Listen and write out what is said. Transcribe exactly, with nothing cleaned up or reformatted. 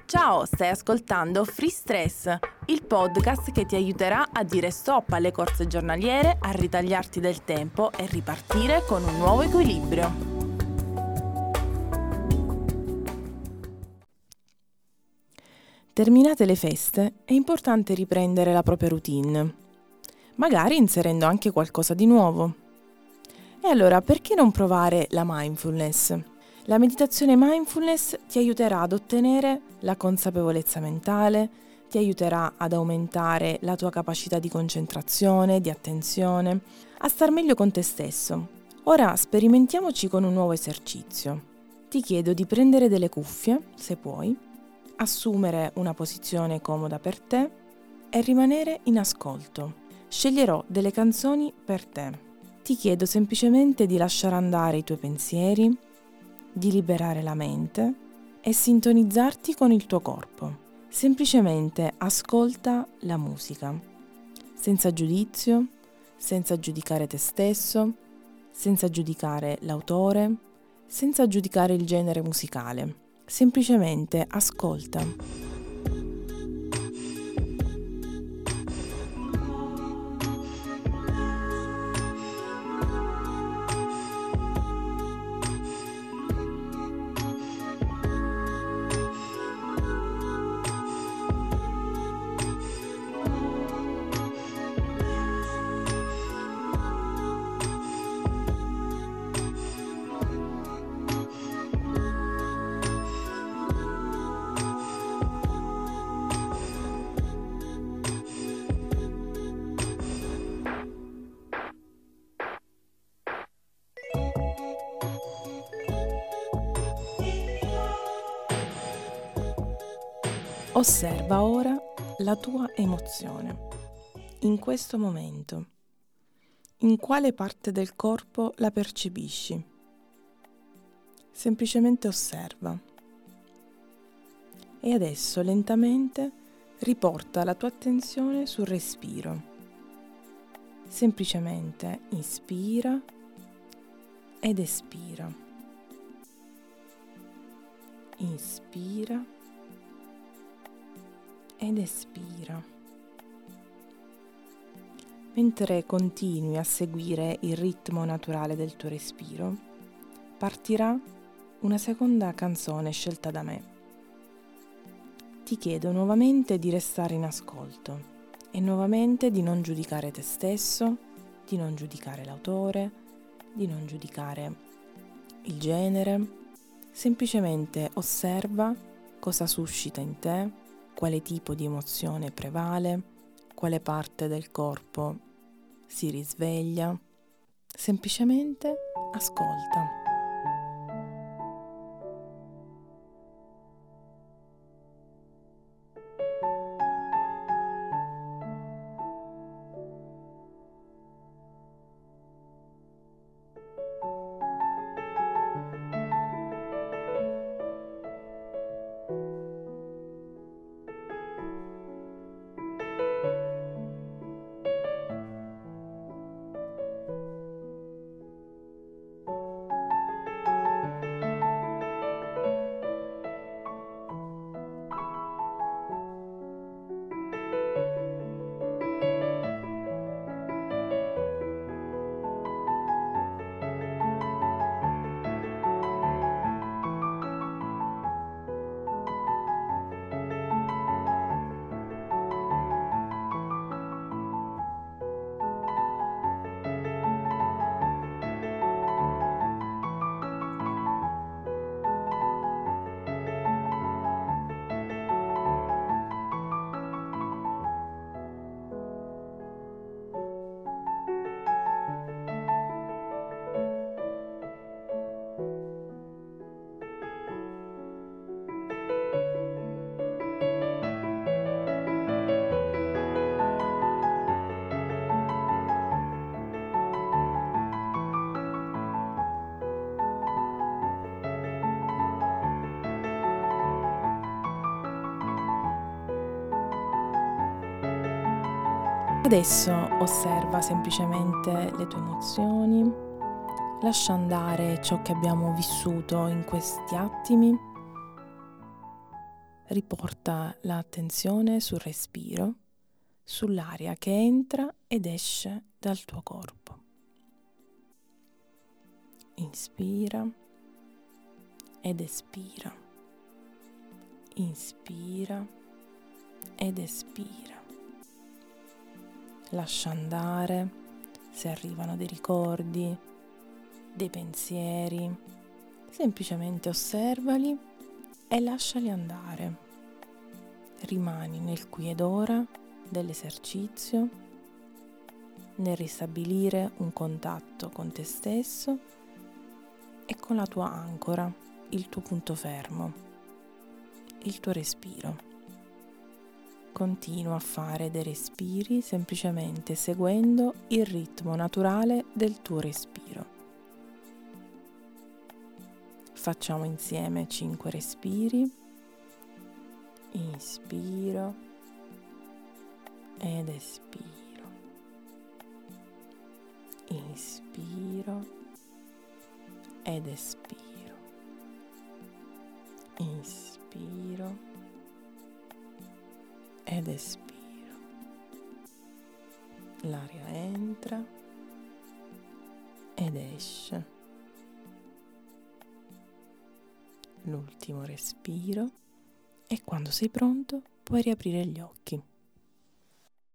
Ciao, stai ascoltando Free Stress, il podcast che ti aiuterà a dire stop alle corse giornaliere, a ritagliarti del tempo e ripartire con un nuovo equilibrio. Terminate le feste, è importante riprendere la propria routine, magari inserendo anche qualcosa di nuovo. E allora, perché non provare la mindfulness? La meditazione mindfulness ti aiuterà ad ottenere la consapevolezza mentale, ti aiuterà ad aumentare la tua capacità di concentrazione, di attenzione, a star meglio con te stesso. Ora sperimentiamoci con un nuovo esercizio. Ti chiedo di prendere delle cuffie, se puoi, assumere una posizione comoda per te e rimanere in ascolto. Sceglierò delle canzoni per te. Ti chiedo semplicemente di lasciare andare i tuoi pensieri, di liberare la mente e sintonizzarti con il tuo corpo. Semplicemente ascolta la musica, senza giudizio, senza giudicare te stesso, senza giudicare l'autore, senza giudicare il genere musicale. Semplicemente ascolta. Osserva ora la tua emozione, in questo momento. In quale parte del corpo la percepisci? Semplicemente osserva. E adesso lentamente riporta la tua attenzione sul respiro. Semplicemente inspira ed espira. Inspira ed espira. Mentre continui a seguire il ritmo naturale del tuo respiro, partirà una seconda canzone scelta da me. Ti chiedo nuovamente di restare in ascolto e nuovamente di non giudicare te stesso, di non giudicare l'autore, di non giudicare il genere. Semplicemente osserva cosa suscita in te, quale tipo di emozione prevale, quale parte del corpo si risveglia. Semplicemente ascolta. Adesso osserva semplicemente le tue emozioni, lascia andare ciò che abbiamo vissuto in questi attimi, Riporta l'attenzione sul respiro, sull'aria che entra ed esce dal tuo corpo. Inspira ed espira. Inspira ed espira. Lascia andare se arrivano dei ricordi, dei pensieri. Semplicemente osservali e lasciali andare. Rimani nel qui ed ora dell'esercizio, nel ristabilire un contatto con te stesso e con la tua ancora, il tuo punto fermo, il tuo respiro. Continua a fare dei respiri semplicemente seguendo il ritmo naturale del tuo respiro. Facciamo insieme cinque respiri. Inspiro ed espiro. Inspiro ed espiro. Inspiro ed espiro. L'aria entra ed esce. L'ultimo respiro e quando sei pronto puoi riaprire gli occhi.